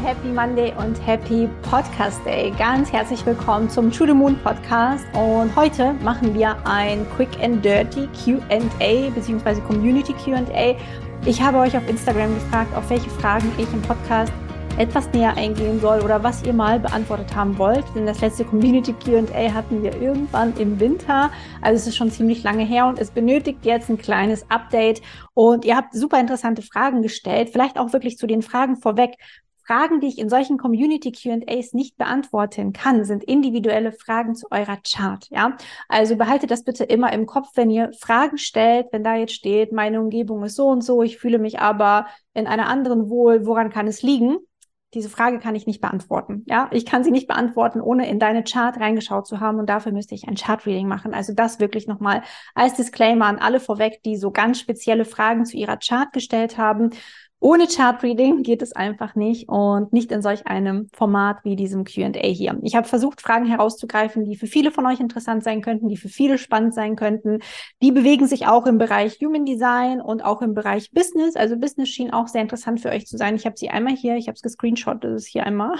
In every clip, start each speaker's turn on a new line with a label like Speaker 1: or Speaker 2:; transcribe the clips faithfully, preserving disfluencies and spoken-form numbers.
Speaker 1: Happy Monday und Happy Podcast Day. Ganz herzlich willkommen zum To the Moon Podcast. Und heute machen wir ein Quick and Dirty Q and A bzw. Community Q and A. Ich habe euch auf Instagram gefragt, auf welche Fragen ich im Podcast etwas näher eingehen soll oder was ihr mal beantwortet haben wollt. Denn das letzte Community Q and A hatten wir irgendwann im Winter. Also es ist schon ziemlich lange her und es benötigt jetzt ein kleines Update. Und ihr habt super interessante Fragen gestellt, vielleicht auch wirklich zu den Fragen vorweg. Fragen, die ich in solchen Community Q and As nicht beantworten kann, sind individuelle Fragen zu eurer Chart, ja. Also behaltet das bitte immer im Kopf, wenn ihr Fragen stellt, wenn da jetzt steht, meine Umgebung ist so und so, ich fühle mich aber in einer anderen wohl, woran kann es liegen? Diese Frage kann ich nicht beantworten, ja. Ich kann sie nicht beantworten, ohne in deine Chart reingeschaut zu haben und dafür müsste ich ein Chart-Reading machen. Also das wirklich nochmal als Disclaimer an alle vorweg, die so ganz spezielle Fragen zu ihrer Chart gestellt haben. Ohne Chart-Reading geht es einfach nicht und nicht in solch einem Format wie diesem Q and A hier. Ich habe versucht, Fragen herauszugreifen, die für viele von euch interessant sein könnten, die für viele spannend sein könnten. Die bewegen sich auch im Bereich Human Design und auch im Bereich Business. Also Business schien auch sehr interessant für euch zu sein. Ich habe sie einmal hier, ich habe es gescreenshot, das ist hier einmal.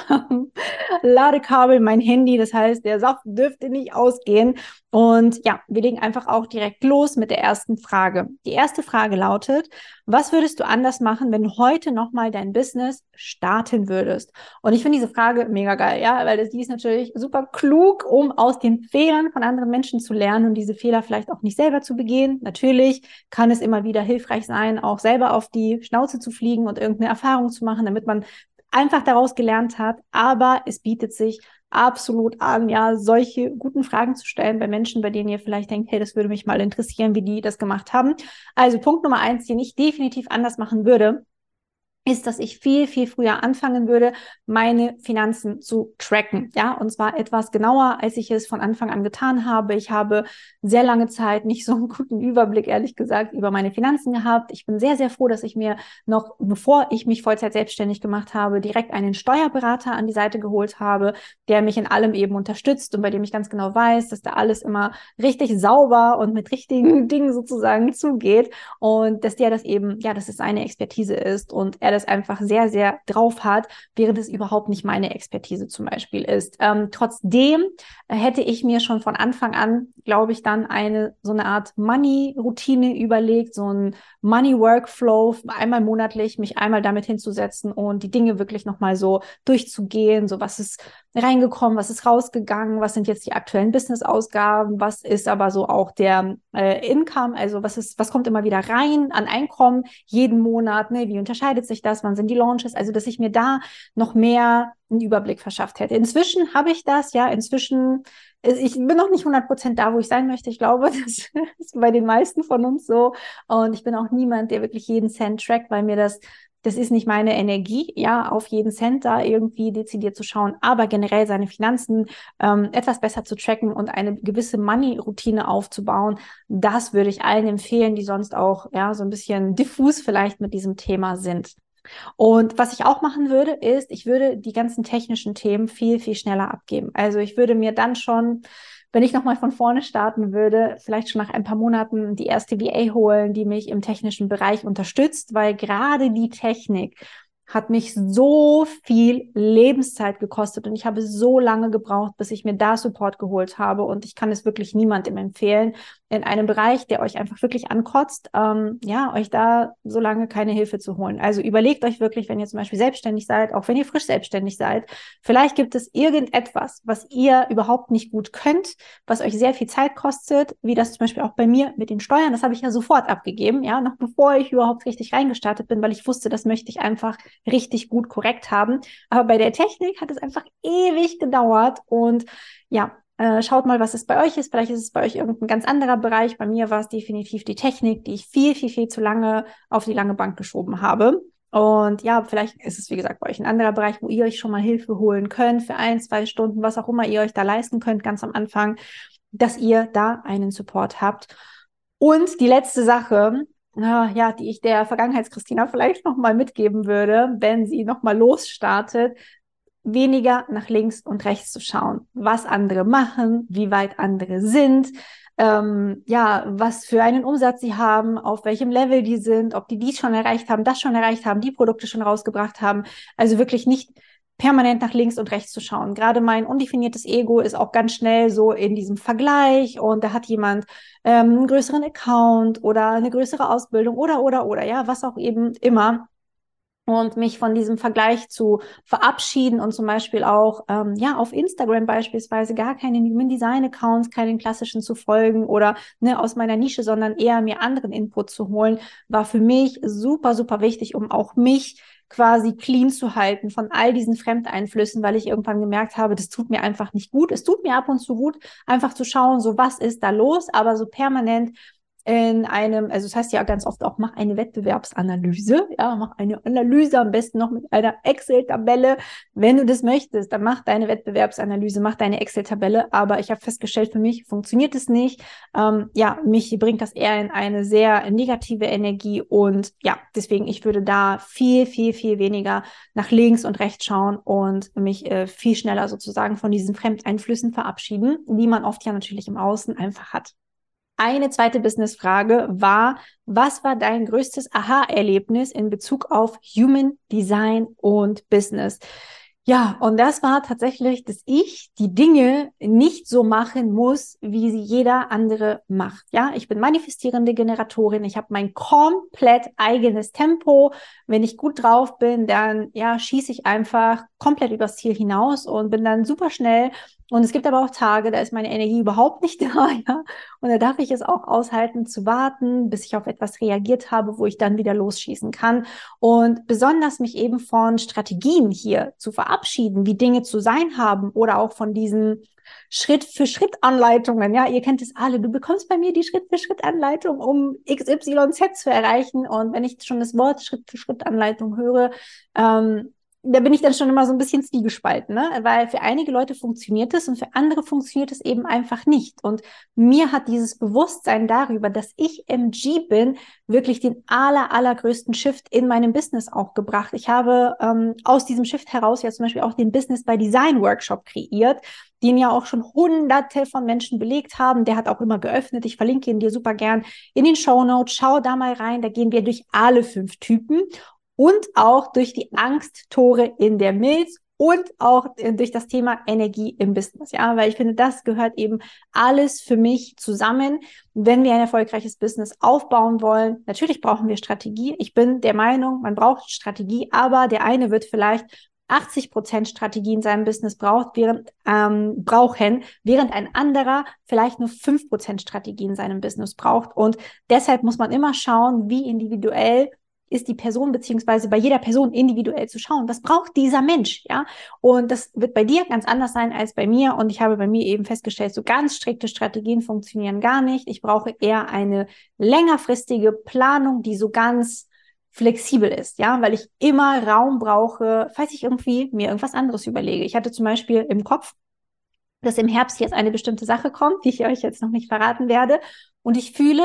Speaker 1: Ladekabel, mein Handy, das heißt, der Saft dürfte nicht ausgehen. Und ja, wir legen einfach auch direkt los mit der ersten Frage. Die erste Frage lautet: Was würdest du anders machen, wenn du heute nochmal dein Business starten würdest? Und ich finde diese Frage mega geil, ja, weil das, die ist natürlich super klug, um aus den Fehlern von anderen Menschen zu lernen und diese Fehler vielleicht auch nicht selber zu begehen. Natürlich kann es immer wieder hilfreich sein, auch selber auf die Schnauze zu fliegen und irgendeine Erfahrung zu machen, damit man einfach daraus gelernt hat. Aber es bietet sich absolut an, ja, solche guten Fragen zu stellen bei Menschen, bei denen ihr vielleicht denkt, hey, das würde mich mal interessieren, wie die das gemacht haben. Also Punkt Nummer eins, den ich definitiv anders machen würde, ist, dass ich viel, viel früher anfangen würde, meine Finanzen zu tracken. Ja, und zwar etwas genauer, als ich es von Anfang an getan habe. Ich habe sehr lange Zeit nicht so einen guten Überblick, ehrlich gesagt, über meine Finanzen gehabt. Ich bin sehr, sehr froh, dass ich mir noch, bevor ich mich Vollzeit selbstständig gemacht habe, direkt einen Steuerberater an die Seite geholt habe, der mich in allem eben unterstützt und bei dem ich ganz genau weiß, dass da alles immer richtig sauber und mit richtigen Dingen sozusagen zugeht und dass der das eben, ja, dass es seine Expertise ist und er das einfach sehr, sehr drauf hat, während es überhaupt nicht meine Expertise zum Beispiel ist. Ähm, trotzdem hätte ich mir schon von Anfang an, glaube ich, dann eine so eine Art Money-Routine überlegt, so ein Money-Workflow, einmal monatlich mich einmal damit hinzusetzen und die Dinge wirklich nochmal so durchzugehen, so was ist reingekommen, was ist rausgegangen, was sind jetzt die aktuellen Business-Ausgaben, was ist aber so auch der äh, Income, also was ist, was kommt immer wieder rein an Einkommen jeden Monat, ne? Wie unterscheidet sich das, wann sind die Launches, also dass ich mir da noch mehr einen Überblick verschafft hätte. Inzwischen habe ich das, ja, inzwischen, ich bin noch nicht hundert Prozent da, wo ich sein möchte, ich glaube, das ist bei den meisten von uns so und ich bin auch niemand, der wirklich jeden Cent trackt, weil mir das Das ist nicht meine Energie, ja, auf jeden Cent da irgendwie dezidiert zu schauen, aber generell seine Finanzen ähm, etwas besser zu tracken und eine gewisse Money-Routine aufzubauen, das würde ich allen empfehlen, die sonst auch, ja, so ein bisschen diffus vielleicht mit diesem Thema sind. Und was ich auch machen würde, ist, ich würde die ganzen technischen Themen viel, viel schneller abgeben. Also ich würde mir dann schon, wenn ich nochmal von vorne starten würde, vielleicht schon nach ein paar Monaten die erste V A holen, die mich im technischen Bereich unterstützt, weil gerade die Technik hat mich so viel Lebenszeit gekostet und ich habe so lange gebraucht, bis ich mir da Support geholt habe und ich kann es wirklich niemandem empfehlen, in einem Bereich, der euch einfach wirklich ankotzt, ähm, ja, euch da so lange keine Hilfe zu holen. Also überlegt euch wirklich, wenn ihr zum Beispiel selbstständig seid, auch wenn ihr frisch selbstständig seid, vielleicht gibt es irgendetwas, was ihr überhaupt nicht gut könnt, was euch sehr viel Zeit kostet, wie das zum Beispiel auch bei mir mit den Steuern, das habe ich ja sofort abgegeben, ja, noch bevor ich überhaupt richtig reingestartet bin, weil ich wusste, das möchte ich einfach richtig gut korrekt haben. Aber bei der Technik hat es einfach ewig gedauert und ja, äh, schaut mal, was es bei euch ist. Vielleicht ist es bei euch irgendein ganz anderer Bereich. Bei mir war es definitiv die Technik, die ich viel, viel, viel zu lange auf die lange Bank geschoben habe. Und ja, vielleicht ist es, wie gesagt, bei euch ein anderer Bereich, wo ihr euch schon mal Hilfe holen könnt für ein, zwei Stunden, was auch immer ihr euch da leisten könnt, ganz am Anfang, dass ihr da einen Support habt. Und die letzte Sache, äh, ja, die ich der Vergangenheits-Christina vielleicht nochmal mitgeben würde, wenn sie nochmal losstartet, weniger nach links und rechts zu schauen, was andere machen, wie weit andere sind, ähm, ja, was für einen Umsatz sie haben, auf welchem Level die sind, ob die dies schon erreicht haben, das schon erreicht haben, die Produkte schon rausgebracht haben. Also wirklich nicht permanent nach links und rechts zu schauen. Gerade mein undefiniertes Ego ist auch ganz schnell so in diesem Vergleich und da hat jemand ähm, einen größeren Account oder eine größere Ausbildung oder, oder, oder, ja, was auch eben immer. Und mich von diesem Vergleich zu verabschieden und zum Beispiel auch ähm, ja auf Instagram beispielsweise gar keine Human Design Accounts, keinen klassischen zu folgen oder ne, aus meiner Nische, sondern eher mir anderen Input zu holen, war für mich super, super wichtig, um auch mich quasi clean zu halten von all diesen Fremdeinflüssen, weil ich irgendwann gemerkt habe, das tut mir einfach nicht gut. Es tut mir ab und zu gut, einfach zu schauen, so was ist da los, aber so permanent in einem, also das heißt ja ganz oft auch, mach eine Wettbewerbsanalyse, ja, mach eine Analyse, am besten noch mit einer Excel-Tabelle, wenn du das möchtest, dann mach deine Wettbewerbsanalyse, mach deine Excel-Tabelle, aber ich habe festgestellt, für mich funktioniert es nicht, ähm, ja, mich bringt das eher in eine sehr negative Energie und ja, deswegen, ich würde da viel, viel, viel weniger nach links und rechts schauen und mich äh, viel schneller sozusagen von diesen Fremdeinflüssen verabschieden, die man oft ja natürlich im Außen einfach hat. Eine zweite Business-Frage war, was war dein größtes Aha-Erlebnis in Bezug auf Human Design und Business? Ja, und das war tatsächlich, dass ich die Dinge nicht so machen muss, wie sie jeder andere macht. Ja, ich bin manifestierende Generatorin. Ich habe mein komplett eigenes Tempo. Wenn ich gut drauf bin, dann ja, schieße ich einfach komplett übers Ziel hinaus und bin dann super schnell. Und es gibt aber auch Tage, da ist meine Energie überhaupt nicht da, ja. Und da darf ich es auch aushalten zu warten, bis ich auf etwas reagiert habe, wo ich dann wieder losschießen kann. Und besonders mich eben von Strategien hier zu verabschieden, wie Dinge zu sein haben oder auch von diesen Schritt-für-Schritt-Anleitungen. Ja, ihr kennt es alle. Du bekommst bei mir die Schritt-für-Schritt-Anleitung, um X Y Z zu erreichen. Und wenn ich schon das Wort Schritt-für-Schritt-Anleitung höre, ähm, da bin ich dann schon immer so ein bisschen zwiegespalten, ne? Weil für einige Leute funktioniert es und für andere funktioniert es eben einfach nicht. Und mir hat dieses Bewusstsein darüber, dass ich M G bin, wirklich den aller, allergrößten Shift in meinem Business auch gebracht. Ich habe ähm, aus diesem Shift heraus ja zum Beispiel auch den Business by Design Workshop kreiert, den ja auch schon hunderte von Menschen belegt haben. Der hat auch immer geöffnet. Ich verlinke ihn dir super gern in den Shownotes. Schau da mal rein. Da gehen wir durch alle fünf Typen und auch durch die Angsttore in der Milz und auch durch das Thema Energie im Business. Ja, weil ich finde, das gehört eben alles für mich zusammen, wenn wir ein erfolgreiches Business aufbauen wollen. Natürlich brauchen wir Strategie. Ich bin der Meinung, man braucht Strategie, aber der eine wird vielleicht achtzig Prozent Strategie in seinem Business braucht, während, ähm, brauchen, während ein anderer vielleicht nur fünf Prozent Strategie in seinem Business braucht. Und deshalb muss man immer schauen, wie individuell ist die Person, beziehungsweise bei jeder Person individuell zu schauen, was braucht dieser Mensch, ja? Und das wird bei dir ganz anders sein als bei mir. Und ich habe bei mir eben festgestellt, so ganz strikte Strategien funktionieren gar nicht. Ich brauche eher eine längerfristige Planung, die so ganz flexibel ist, ja, weil ich immer Raum brauche, falls ich irgendwie mir irgendwas anderes überlege. Ich hatte zum Beispiel im Kopf, dass im Herbst jetzt eine bestimmte Sache kommt, die ich euch jetzt noch nicht verraten werde. Und ich fühle,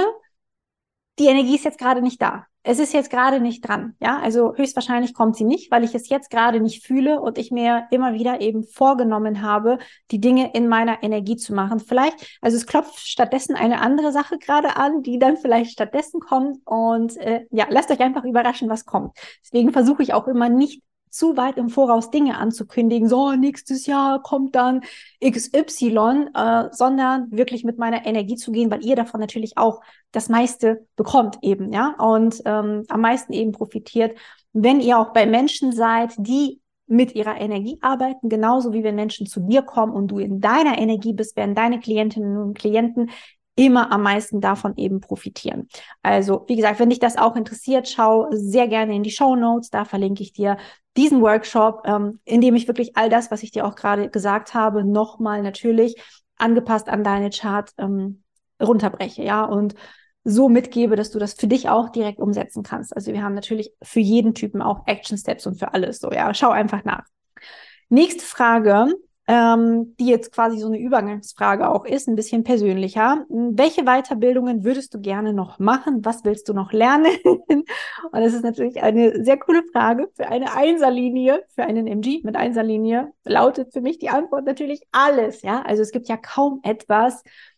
Speaker 1: die Energie ist jetzt gerade nicht da. Es ist jetzt gerade nicht dran, ja, also höchstwahrscheinlich kommt sie nicht, weil ich es jetzt gerade nicht fühle und ich mir immer wieder eben vorgenommen habe, die Dinge in meiner Energie zu machen. Vielleicht, also es klopft stattdessen eine andere Sache gerade an, die dann vielleicht stattdessen kommt und äh, ja, lasst euch einfach überraschen, was kommt. Deswegen versuche ich auch immer nicht zu weit im Voraus Dinge anzukündigen, so nächstes Jahr kommt dann X Y, äh, sondern wirklich mit meiner Energie zu gehen, weil ihr davon natürlich auch das meiste bekommt eben, ja, und ähm, am meisten eben profitiert, wenn ihr auch bei Menschen seid, die mit ihrer Energie arbeiten, genauso wie wenn Menschen zu dir kommen und du in deiner Energie bist, werden deine Klientinnen und Klienten immer am meisten davon eben profitieren. Also, wie gesagt, wenn dich das auch interessiert, schau sehr gerne in die Shownotes, da verlinke ich dir diesen Workshop, ähm, in dem ich wirklich all das, was ich dir auch gerade gesagt habe, nochmal natürlich angepasst an deine Chart ähm, runterbreche, ja, und so mitgebe, dass du das für dich auch direkt umsetzen kannst. Also wir haben natürlich für jeden Typen auch Action Steps und für alles so, ja, schau einfach nach. Nächste Frage, ähm, die jetzt quasi so eine Übergangsfrage auch ist, ein bisschen persönlicher. Welche Weiterbildungen würdest du gerne noch machen? Was willst du noch lernen? Und das ist natürlich eine sehr coole Frage für eine Einserlinie, für einen M G mit Einserlinie. Lautet für mich die Antwort natürlich alles, ja. Also es gibt ja kaum etwas,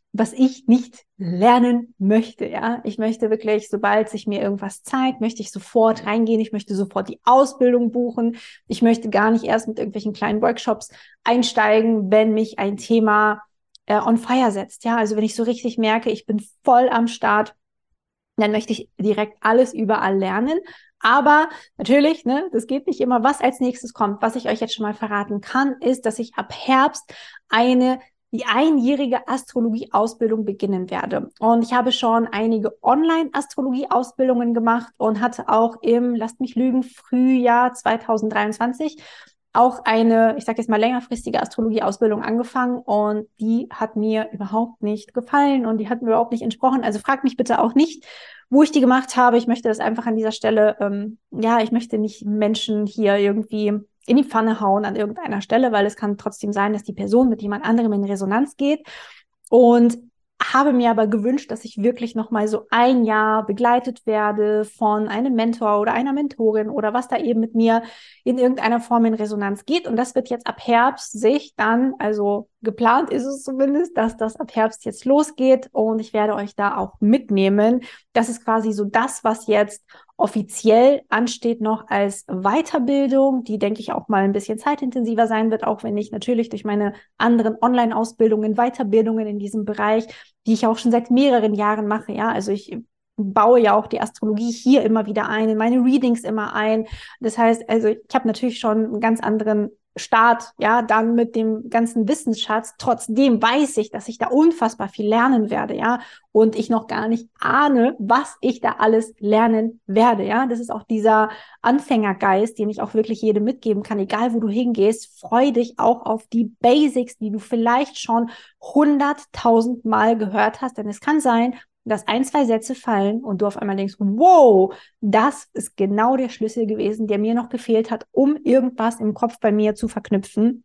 Speaker 1: was ich nicht lernen möchte, ja. Ich möchte wirklich, sobald sich mir irgendwas zeigt, möchte ich sofort reingehen. Ich möchte sofort die Ausbildung buchen. Ich möchte gar nicht erst mit irgendwelchen kleinen Workshops einsteigen, wenn mich ein Thema äh, on fire setzt, ja. Also wenn ich so richtig merke, ich bin voll am Start, dann möchte ich direkt alles überall lernen. Aber natürlich, ne, das geht nicht immer. Was als nächstes kommt, was ich euch jetzt schon mal verraten kann, ist, dass ich ab Herbst eine die einjährige Astrologie-Ausbildung beginnen werde. Und ich habe schon einige Online-Astrologie-Ausbildungen gemacht und hatte auch im, lasst mich lügen, Frühjahr zwanzig dreiundzwanzig auch eine, ich sage jetzt mal, längerfristige Astrologie-Ausbildung angefangen und die hat mir überhaupt nicht gefallen und die hat mir überhaupt nicht entsprochen. Also fragt mich bitte auch nicht, wo ich die gemacht habe. Ich möchte das einfach an dieser Stelle, ähm, ja, ich möchte nicht Menschen hier irgendwie in die Pfanne hauen an irgendeiner Stelle, weil es kann trotzdem sein, dass die Person mit jemand anderem in Resonanz geht. Und habe mir aber gewünscht, dass ich wirklich noch mal so ein Jahr begleitet werde von einem Mentor oder einer Mentorin oder was da eben mit mir in irgendeiner Form in Resonanz geht. Und das wird jetzt ab Herbst sich dann, also geplant ist es zumindest, dass das ab Herbst jetzt losgeht und ich werde euch da auch mitnehmen. Das ist quasi so das, was jetzt offiziell ansteht noch als Weiterbildung, die, denke ich, auch mal ein bisschen zeitintensiver sein wird, auch wenn ich natürlich durch meine anderen Online-Ausbildungen, Weiterbildungen in diesem Bereich, die ich auch schon seit mehreren Jahren mache, ja, also ich baue ja auch die Astrologie hier immer wieder ein, in meine Readings immer ein. Das heißt, also ich habe natürlich schon einen ganz anderen Start, ja, dann mit dem ganzen Wissensschatz. Trotzdem weiß ich, dass ich da unfassbar viel lernen werde, ja, und ich noch gar nicht ahne, was ich da alles lernen werde, ja. Das ist auch dieser Anfängergeist, den ich auch wirklich jedem mitgeben kann, egal wo du hingehst, freu dich auch auf die Basics, die du vielleicht schon hunderttausend Mal gehört hast, denn es kann sein, dass ein, zwei Sätze fallen und du auf einmal denkst, wow, das ist genau der Schlüssel gewesen, der mir noch gefehlt hat, um irgendwas im Kopf bei mir zu verknüpfen.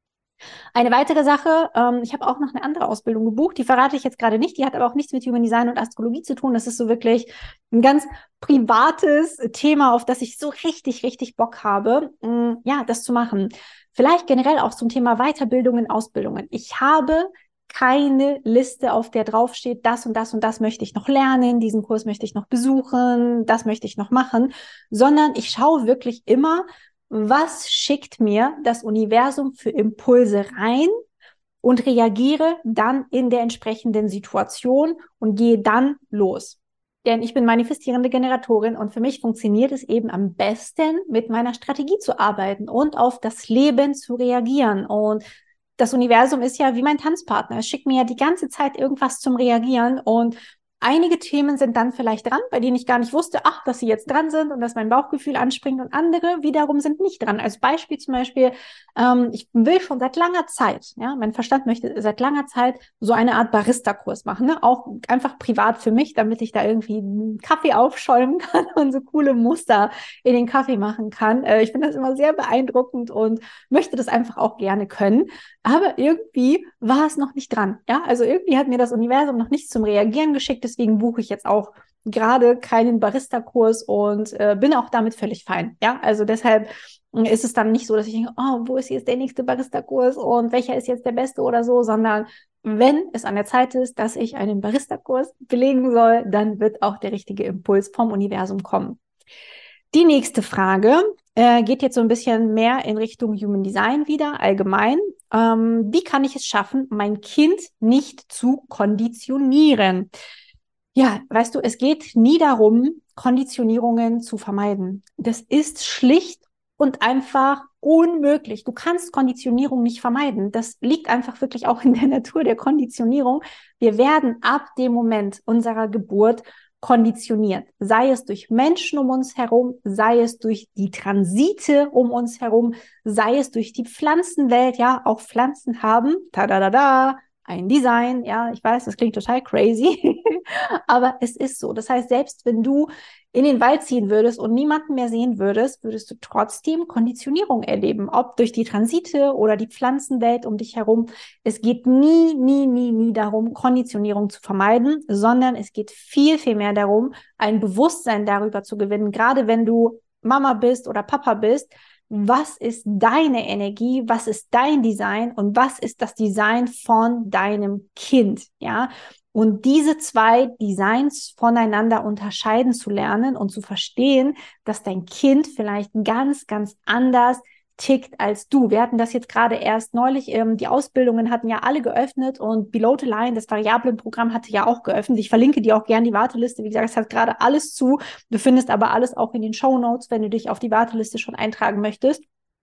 Speaker 1: Eine weitere Sache, ähm, ich habe auch noch eine andere Ausbildung gebucht, die verrate ich jetzt gerade nicht, die hat aber auch nichts mit Human Design und Astrologie zu tun. Das ist so wirklich ein ganz privates Thema, auf das ich so richtig, richtig Bock habe, ähm, ja, das zu machen. Vielleicht generell auch zum Thema Weiterbildungen, Ausbildungen. Ich habe keine Liste, auf der draufsteht, das und das und das möchte ich noch lernen, diesen Kurs möchte ich noch besuchen, das möchte ich noch machen, sondern ich schaue wirklich immer, was schickt mir das Universum für Impulse rein und reagiere dann in der entsprechenden Situation und gehe dann los. Denn ich bin manifestierende Generatorin und für mich funktioniert es eben am besten, mit meiner Strategie zu arbeiten und auf das Leben zu reagieren. Und das Universum ist ja wie mein Tanzpartner. Es schickt mir ja die ganze Zeit irgendwas zum Reagieren und einige Themen sind dann vielleicht dran, bei denen ich gar nicht wusste, ach, dass sie jetzt dran sind und dass mein Bauchgefühl anspringt und andere wiederum sind nicht dran. Als Beispiel zum Beispiel, ähm, ich will schon seit langer Zeit, ja, mein Verstand möchte seit langer Zeit so eine Art Barista-Kurs machen, ne? Auch einfach privat für mich, damit ich da irgendwie einen Kaffee aufschäumen kann und so coole Muster in den Kaffee machen kann. Äh, ich finde das immer sehr beeindruckend und möchte das einfach auch gerne können. Aber irgendwie war es noch nicht dran. Ja, also irgendwie hat mir das Universum noch nichts zum Reagieren geschickt. Deswegen buche ich jetzt auch gerade keinen Barista-Kurs und äh, bin auch damit völlig fein. Ja, also deshalb ist es dann nicht so, dass ich denke, oh, wo ist jetzt der nächste Barista-Kurs und welcher ist jetzt der beste oder so, sondern wenn es an der Zeit ist, dass ich einen Barista-Kurs belegen soll, dann wird auch der richtige Impuls vom Universum kommen. Die nächste Frage äh, geht jetzt so ein bisschen mehr in Richtung Human Design wieder, allgemein. Ähm, wie kann ich es schaffen, mein Kind nicht zu konditionieren? Ja, weißt du, es geht nie darum, Konditionierungen zu vermeiden. Das ist schlicht und einfach unmöglich. Du kannst Konditionierung nicht vermeiden. Das liegt einfach wirklich auch in der Natur der Konditionierung. Wir werden ab dem Moment unserer Geburt konditioniert, sei es durch Menschen um uns herum, sei es durch die Transite um uns herum, sei es durch die Pflanzenwelt, ja, auch Pflanzen haben, ta da da da, ein Design, ja, ich weiß, das klingt total crazy, aber es ist so. Das heißt, selbst wenn du in den Wald ziehen würdest und niemanden mehr sehen würdest, würdest du trotzdem Konditionierung erleben, ob durch die Transite oder die Pflanzenwelt um dich herum. Es geht nie, nie, nie, nie darum, Konditionierung zu vermeiden, sondern es geht viel, viel mehr darum, ein Bewusstsein darüber zu gewinnen, gerade wenn du Mama bist oder Papa bist, was ist deine Energie, was ist dein Design und was ist das Design von deinem Kind, ja? Und diese zwei Designs voneinander unterscheiden zu lernen und zu verstehen, dass dein Kind vielleicht ganz, ganz anders tickt als du. Wir hatten das jetzt gerade erst neulich, ähm, die Ausbildungen hatten ja alle geöffnet und Below the Line, das Variablenprogramm, hatte ja auch geöffnet. Ich verlinke dir auch gerne die Warteliste. Wie gesagt, es hat gerade alles zu. Du findest aber alles auch in den Shownotes, wenn du dich auf die Warteliste schon eintragen möchtest.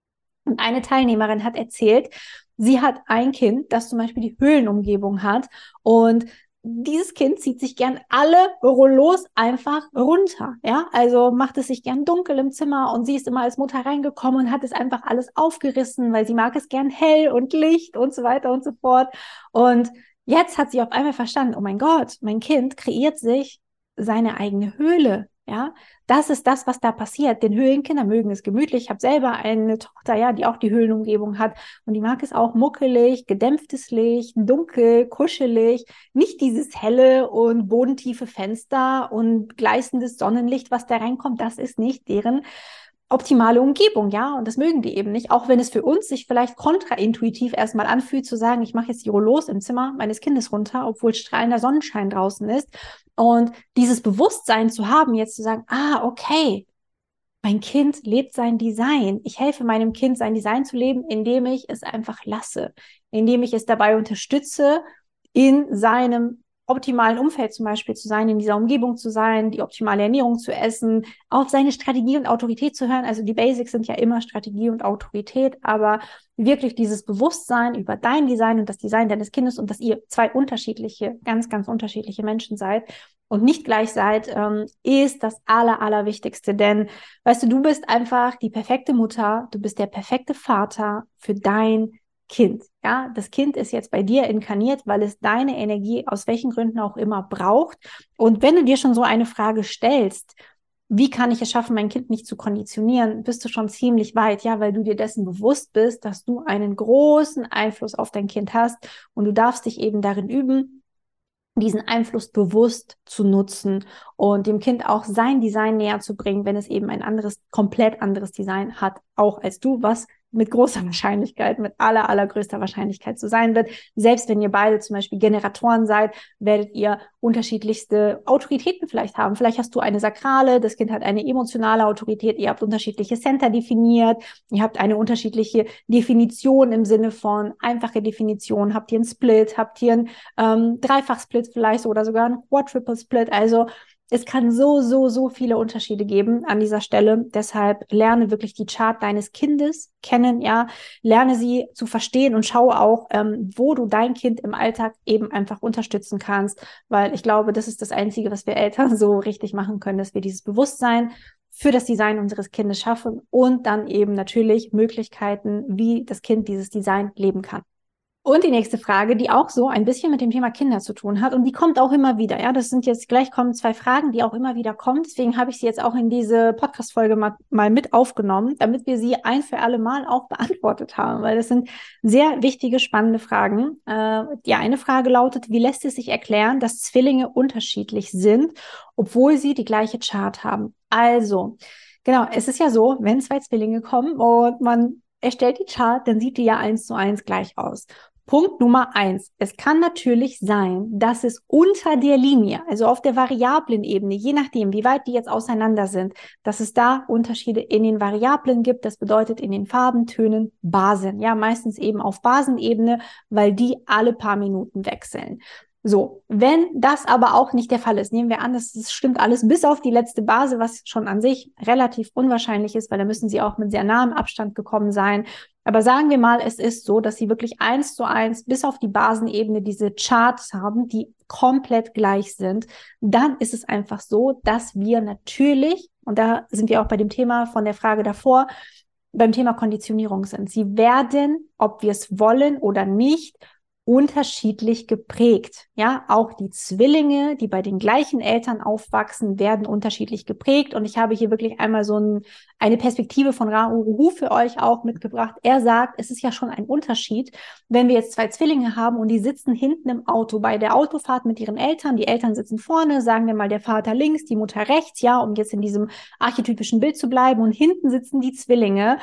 Speaker 1: Und eine Teilnehmerin hat erzählt, sie hat ein Kind, das zum Beispiel die Höhlenumgebung hat und dieses Kind zieht sich gern alle Rollos einfach runter, ja, also macht es sich gern dunkel im Zimmer und sie ist immer als Mutter reingekommen und hat es einfach alles aufgerissen, weil sie mag es gern hell und Licht und so weiter und so fort. Und jetzt hat sie auf einmal verstanden, oh mein Gott, mein Kind kreiert sich seine eigene Höhle, ja, das ist das, was da passiert. Den Höhlenkinder mögen es gemütlich. Ich habe selber eine Tochter, ja, die auch die Höhlenumgebung hat und die mag es auch muckelig, gedämpftes Licht, dunkel, kuschelig, nicht dieses helle und bodentiefe Fenster und gleißendes Sonnenlicht, was da reinkommt. Das ist nicht deren optimale Umgebung, ja, und das mögen die eben nicht, auch wenn es für uns sich vielleicht kontraintuitiv erstmal anfühlt, zu sagen, ich mache jetzt die Rollos im Zimmer meines Kindes runter, obwohl strahlender Sonnenschein draußen ist. Und dieses Bewusstsein zu haben, jetzt zu sagen, ah, okay, mein Kind lebt sein Design. Ich helfe meinem Kind, sein Design zu leben, indem ich es einfach lasse, indem ich es dabei unterstütze, in seinem optimalen Umfeld zum Beispiel zu sein, in dieser Umgebung zu sein, die optimale Ernährung zu essen, auf seine Strategie und Autorität zu hören. Also die Basics sind ja immer Strategie und Autorität, aber wirklich dieses Bewusstsein über dein Design und das Design deines Kindes und dass ihr zwei unterschiedliche, ganz, ganz unterschiedliche Menschen seid und nicht gleich seid, ähm, ist das Aller, Allerwichtigste. Denn, weißt du, du bist einfach die perfekte Mutter, du bist der perfekte Vater für dein Kind. Ja, das Kind ist jetzt bei dir inkarniert, weil es deine Energie aus welchen Gründen auch immer braucht. Und wenn du dir schon so eine Frage stellst, wie kann ich es schaffen, mein Kind nicht zu konditionieren, bist du schon ziemlich weit, ja, weil du dir dessen bewusst bist, dass du einen großen Einfluss auf dein Kind hast und du darfst dich eben darin üben, diesen Einfluss bewusst zu nutzen und dem Kind auch sein Design näher zu bringen, wenn es eben ein anderes, komplett anderes Design hat, auch als du, was mit großer Wahrscheinlichkeit, mit aller, allergrößter Wahrscheinlichkeit so sein wird. Selbst wenn ihr beide zum Beispiel Generatoren seid, werdet ihr unterschiedlichste Autoritäten vielleicht haben. Vielleicht hast du eine sakrale, das Kind hat eine emotionale Autorität, ihr habt unterschiedliche Center definiert, ihr habt eine unterschiedliche Definition im Sinne von einfache Definition, habt ihr einen Split, habt ihr einen ähm, Dreifach-Split vielleicht oder sogar einen Quadruple-Split, also es kann so, so, so viele Unterschiede geben an dieser Stelle. Deshalb lerne wirklich die Chart deines Kindes kennen, ja. Lerne sie zu verstehen und schaue auch, ähm, wo du dein Kind im Alltag eben einfach unterstützen kannst. Weil ich glaube, das ist das Einzige, was wir Eltern so richtig machen können, dass wir dieses Bewusstsein für das Design unseres Kindes schaffen und dann eben natürlich Möglichkeiten, wie das Kind dieses Design leben kann. Und die nächste Frage, die auch so ein bisschen mit dem Thema Kinder zu tun hat und die kommt auch immer wieder. Ja, das sind jetzt gleich kommen zwei Fragen, die auch immer wieder kommen. Deswegen habe ich sie jetzt auch in diese Podcast-Folge mal, mal mit aufgenommen, damit wir sie ein für alle Mal auch beantwortet haben, weil das sind sehr wichtige, spannende Fragen. Äh, die eine Frage lautet, wie lässt es sich erklären, dass Zwillinge unterschiedlich sind, obwohl sie die gleiche Chart haben? Also, genau, es ist ja so, wenn zwei Zwillinge kommen und man erstellt die Chart, dann sieht die ja eins zu eins gleich aus. Punkt Nummer eins. Es kann natürlich sein, dass es unter der Linie, also auf der variablen Ebene, je nachdem, wie weit die jetzt auseinander sind, dass es da Unterschiede in den Variablen gibt. Das bedeutet in den Farben, Tönen, Basen. Ja, meistens eben auf Basenebene, weil die alle paar Minuten wechseln. So, wenn das aber auch nicht der Fall ist, nehmen wir an, das, das stimmt alles bis auf die letzte Base, was schon an sich relativ unwahrscheinlich ist, weil da müssen sie auch mit sehr nahem Abstand gekommen sein. Aber sagen wir mal, es ist so, dass sie wirklich eins zu eins bis auf die Basenebene diese Charts haben, die komplett gleich sind. Dann ist es einfach so, dass wir natürlich, und da sind wir auch bei dem Thema von der Frage davor, beim Thema Konditionierung sind. Sie werden, ob wir es wollen oder nicht, unterschiedlich geprägt. Ja, auch die Zwillinge, die bei den gleichen Eltern aufwachsen, werden unterschiedlich geprägt. Und ich habe hier wirklich einmal so ein, eine Perspektive von Ra Uru für euch auch mitgebracht. Er sagt, es ist ja schon ein Unterschied, wenn wir jetzt zwei Zwillinge haben und die sitzen hinten im Auto bei der Autofahrt mit ihren Eltern. Die Eltern sitzen vorne, sagen wir mal der Vater links, die Mutter rechts, ja, um jetzt in diesem archetypischen Bild zu bleiben. Und hinten sitzen die Zwillinge.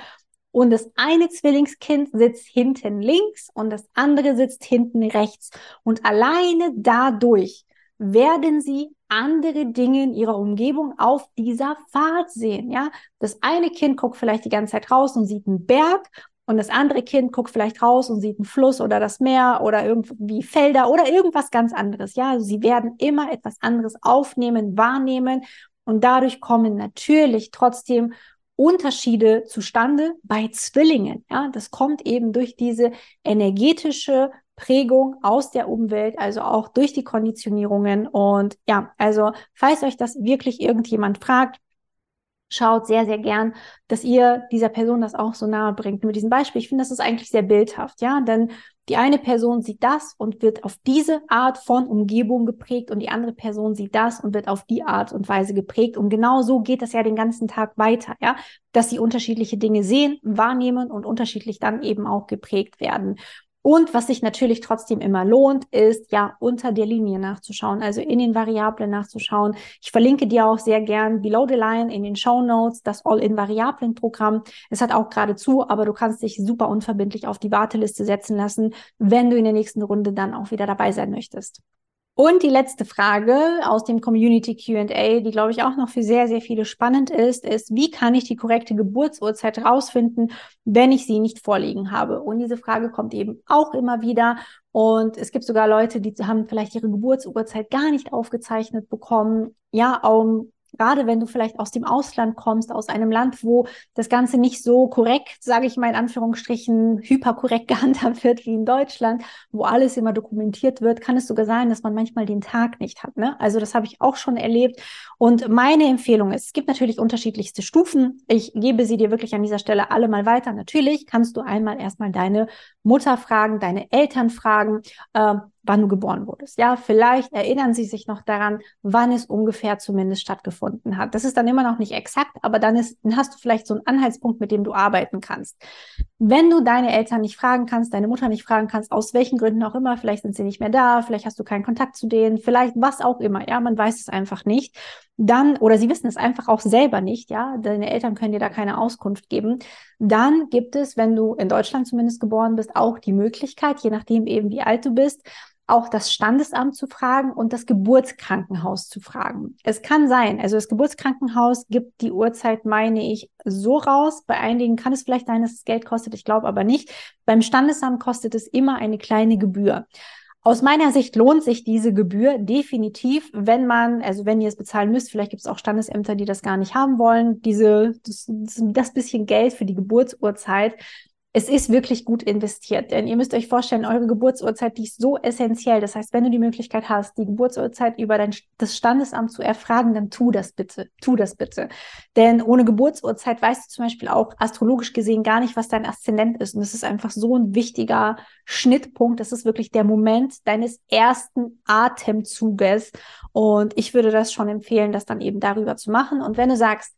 Speaker 1: und das eine Zwillingskind sitzt hinten links und das andere sitzt hinten rechts. Und alleine dadurch werden sie andere Dinge in ihrer Umgebung auf dieser Fahrt sehen. Ja, das eine Kind guckt vielleicht die ganze Zeit raus und sieht einen Berg. Und das andere Kind guckt vielleicht raus und sieht einen Fluss oder das Meer oder irgendwie Felder oder irgendwas ganz anderes. Ja, also sie werden immer etwas anderes aufnehmen, wahrnehmen und dadurch kommen natürlich trotzdem Unterschiede zustande bei Zwillingen. Ja, das kommt eben durch diese energetische Prägung aus der Umwelt, also auch durch die Konditionierungen. Und ja, also falls euch das wirklich irgendjemand fragt, schaut sehr, sehr gern, dass ihr dieser Person das auch so nahe bringt. Mit diesem Beispiel, ich finde, das ist eigentlich sehr bildhaft, ja, denn die eine Person sieht das und wird auf diese Art von Umgebung geprägt und die andere Person sieht das und wird auf die Art und Weise geprägt. Und genau so geht das ja den ganzen Tag weiter, ja, dass sie unterschiedliche Dinge sehen, wahrnehmen und unterschiedlich dann eben auch geprägt werden. Und was sich natürlich trotzdem immer lohnt, ist ja unter der Linie nachzuschauen, also in den Variablen nachzuschauen. Ich verlinke dir auch sehr gern below the line in den Shownotes das All-in-Variablen-Programm. Es hat auch gerade zu, aber du kannst dich super unverbindlich auf die Warteliste setzen lassen, wenn du in der nächsten Runde dann auch wieder dabei sein möchtest. Und die letzte Frage aus dem Community Q and A, die, glaube ich, auch noch für sehr, sehr viele spannend ist, ist, wie kann ich die korrekte Geburtsurzeit rausfinden, wenn ich sie nicht vorliegen habe? Und diese Frage kommt eben auch immer wieder. Und es gibt sogar Leute, die haben vielleicht ihre Geburtsurzeit gar nicht aufgezeichnet bekommen. Ja, um, gerade wenn du vielleicht aus dem Ausland kommst, aus einem Land, wo das Ganze nicht so korrekt, sage ich mal in Anführungsstrichen, hyperkorrekt gehandhabt wird wie in Deutschland, wo alles immer dokumentiert wird, kann es sogar sein, dass man manchmal den Tag nicht hat. Ne? Also das habe ich auch schon erlebt. Und meine Empfehlung ist, es gibt natürlich unterschiedlichste Stufen. Ich gebe sie dir wirklich an dieser Stelle alle mal weiter. Natürlich kannst du einmal erstmal deine Mutter fragen, deine Eltern fragen, äh, wann du geboren wurdest. Ja, vielleicht erinnern sie sich noch daran, wann es ungefähr zumindest stattgefunden hat. Das ist dann immer noch nicht exakt, aber dann, ist, dann hast du vielleicht so einen Anhaltspunkt, mit dem du arbeiten kannst. Wenn du deine Eltern nicht fragen kannst, deine Mutter nicht fragen kannst, aus welchen Gründen auch immer, vielleicht sind sie nicht mehr da, vielleicht hast du keinen Kontakt zu denen, vielleicht was auch immer, ja, man weiß es einfach nicht, dann, oder sie wissen es einfach auch selber nicht, ja, deine Eltern können dir da keine Auskunft geben, dann gibt es, wenn du in Deutschland zumindest geboren bist, auch die Möglichkeit, je nachdem eben wie alt du bist, auch das Standesamt zu fragen und das Geburtskrankenhaus zu fragen. Es kann sein, also das Geburtskrankenhaus gibt die Uhrzeit, meine ich, so raus. Bei einigen kann es vielleicht sein, dass es Geld kostet, ich glaube aber nicht. Beim Standesamt kostet es immer eine kleine Gebühr. Aus meiner Sicht lohnt sich diese Gebühr definitiv, wenn man, also wenn ihr es bezahlen müsst, vielleicht gibt es auch Standesämter, die das gar nicht haben wollen, diese, das, das bisschen Geld für die Geburtsurzeit. Es ist wirklich gut investiert, denn ihr müsst euch vorstellen, eure Geburtsurzeit, die ist so essentiell. Das heißt, wenn du die Möglichkeit hast, die Geburtsurzeit über dein, das Standesamt zu erfragen, dann tu das bitte, tu das bitte. Denn ohne Geburtsurzeit weißt du zum Beispiel auch astrologisch gesehen gar nicht, was dein Aszendent ist. Und das ist einfach so ein wichtiger Schnittpunkt. Das ist wirklich der Moment deines ersten Atemzuges. Und ich würde das schon empfehlen, das dann eben darüber zu machen. Und wenn du sagst,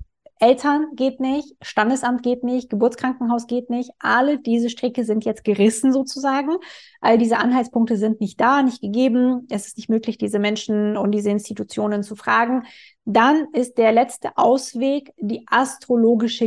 Speaker 1: Eltern geht nicht, Standesamt geht nicht, Geburtskrankenhaus geht nicht. Alle diese Stricke sind jetzt gerissen sozusagen. All diese Anhaltspunkte sind nicht da, nicht gegeben. Es ist nicht möglich, diese Menschen und diese Institutionen zu fragen. Dann ist der letzte Ausweg die astrologische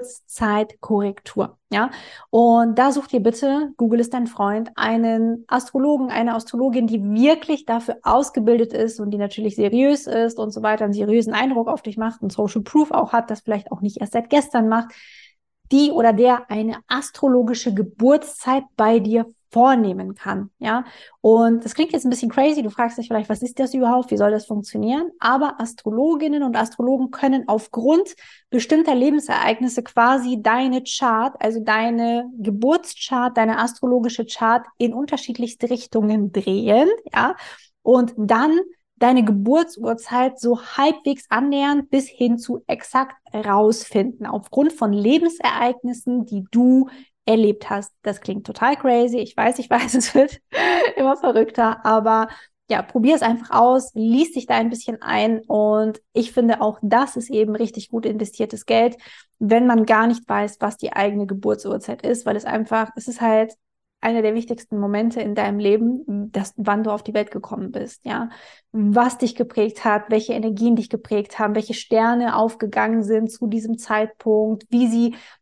Speaker 1: Geburtszeitkorrektur. Ja, und da sucht ihr bitte, Google ist dein Freund, einen Astrologen, eine Astrologin, die wirklich dafür ausgebildet ist und die natürlich seriös ist und so weiter, einen seriösen Eindruck auf dich macht und Social Proof auch hat, das vielleicht auch nicht erst seit gestern macht, die oder der eine astrologische Geburtszeit bei dir vornehmen kann, ja. Und das klingt jetzt ein bisschen crazy. Du fragst dich vielleicht, was ist das überhaupt? Wie soll das funktionieren? Aber Astrologinnen und Astrologen können aufgrund bestimmter Lebensereignisse quasi deine Chart, also deine Geburtschart, deine astrologische Chart in unterschiedlichste Richtungen drehen, ja. Und dann deine Geburtsurzeit so halbwegs annähernd bis hin zu exakt rausfinden, aufgrund von Lebensereignissen, die du erlebt hast. Das klingt total crazy. Ich weiß, ich weiß, es wird immer verrückter, aber ja, probier es einfach aus, lies dich da ein bisschen ein und ich finde auch, das ist eben richtig gut investiertes Geld, wenn man gar nicht weiß, was die eigene Geburtsurzeit ist, weil es einfach, es ist halt einer der wichtigsten Momente in deinem Leben, dass, wann du auf die Welt gekommen bist, ja. Was dich geprägt hat, welche Energien dich geprägt haben, welche Sterne aufgegangen sind zu diesem Zeitpunkt, wie sie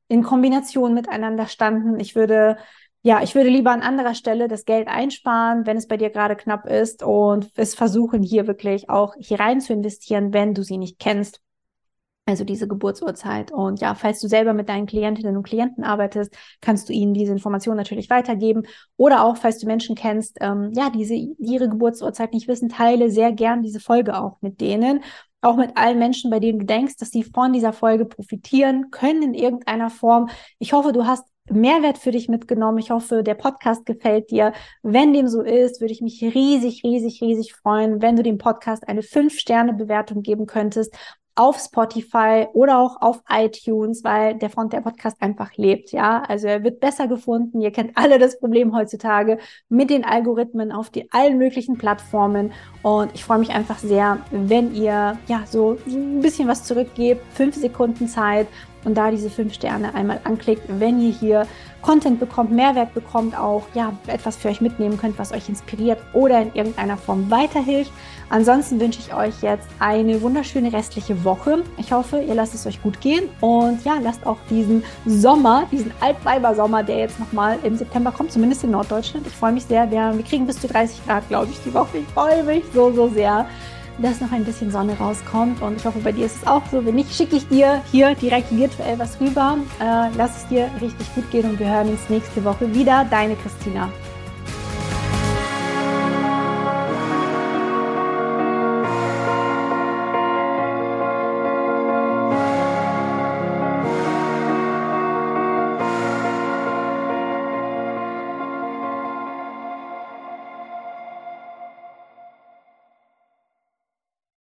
Speaker 1: in Kombination miteinander standen. Ich würde, ja, ich würde lieber an anderer Stelle das Geld einsparen, wenn es bei dir gerade knapp ist, und es versuchen, hier wirklich auch hier rein zu investieren, wenn du sie nicht kennst. Also diese Geburtsurzeit. Und ja, falls du selber mit deinen Klientinnen und Klienten arbeitest, kannst du ihnen diese Information natürlich weitergeben. Oder auch, falls du Menschen kennst, ähm, ja, diese ihre Geburtsurzeit nicht wissen, teile sehr gern diese Folge auch mit denen. Auch mit allen Menschen, bei denen du denkst, dass sie von dieser Folge profitieren können in irgendeiner Form. Ich hoffe, du hast Mehrwert für dich mitgenommen. Ich hoffe, der Podcast gefällt dir. Wenn dem so ist, würde ich mich riesig, riesig, riesig freuen, wenn du dem Podcast eine fünf Sterne Bewertung geben könntest auf Spotify oder auch auf iTunes, weil der Front der Podcast einfach lebt, ja. Also er wird besser gefunden. Ihr kennt alle das Problem heutzutage mit den Algorithmen auf die allen möglichen Plattformen. Und ich freue mich einfach sehr, wenn ihr ja so ein bisschen was zurückgebt, fünf Sekunden Zeit, und da diese fünf Sterne einmal anklickt, wenn ihr hier Content bekommt, Mehrwert bekommt, auch ja etwas für euch mitnehmen könnt, was euch inspiriert oder in irgendeiner Form weiterhilft. Ansonsten wünsche ich euch jetzt eine wunderschöne restliche Woche. Ich hoffe, ihr lasst es euch gut gehen und ja, lasst auch diesen Sommer, diesen Altweiber-Sommer, der jetzt nochmal im September kommt, zumindest in Norddeutschland. Ich freue mich sehr. Wir, wir kriegen bis zu dreißig Grad, glaube ich, die Woche. Ich freue mich so, so sehr, dass noch ein bisschen Sonne rauskommt, und ich hoffe, bei dir ist es auch so. Wenn nicht, schicke ich dir hier direkt virtuell was rüber. Äh, lass es dir richtig gut gehen, und wir hören uns nächste Woche wieder. Deine Christina.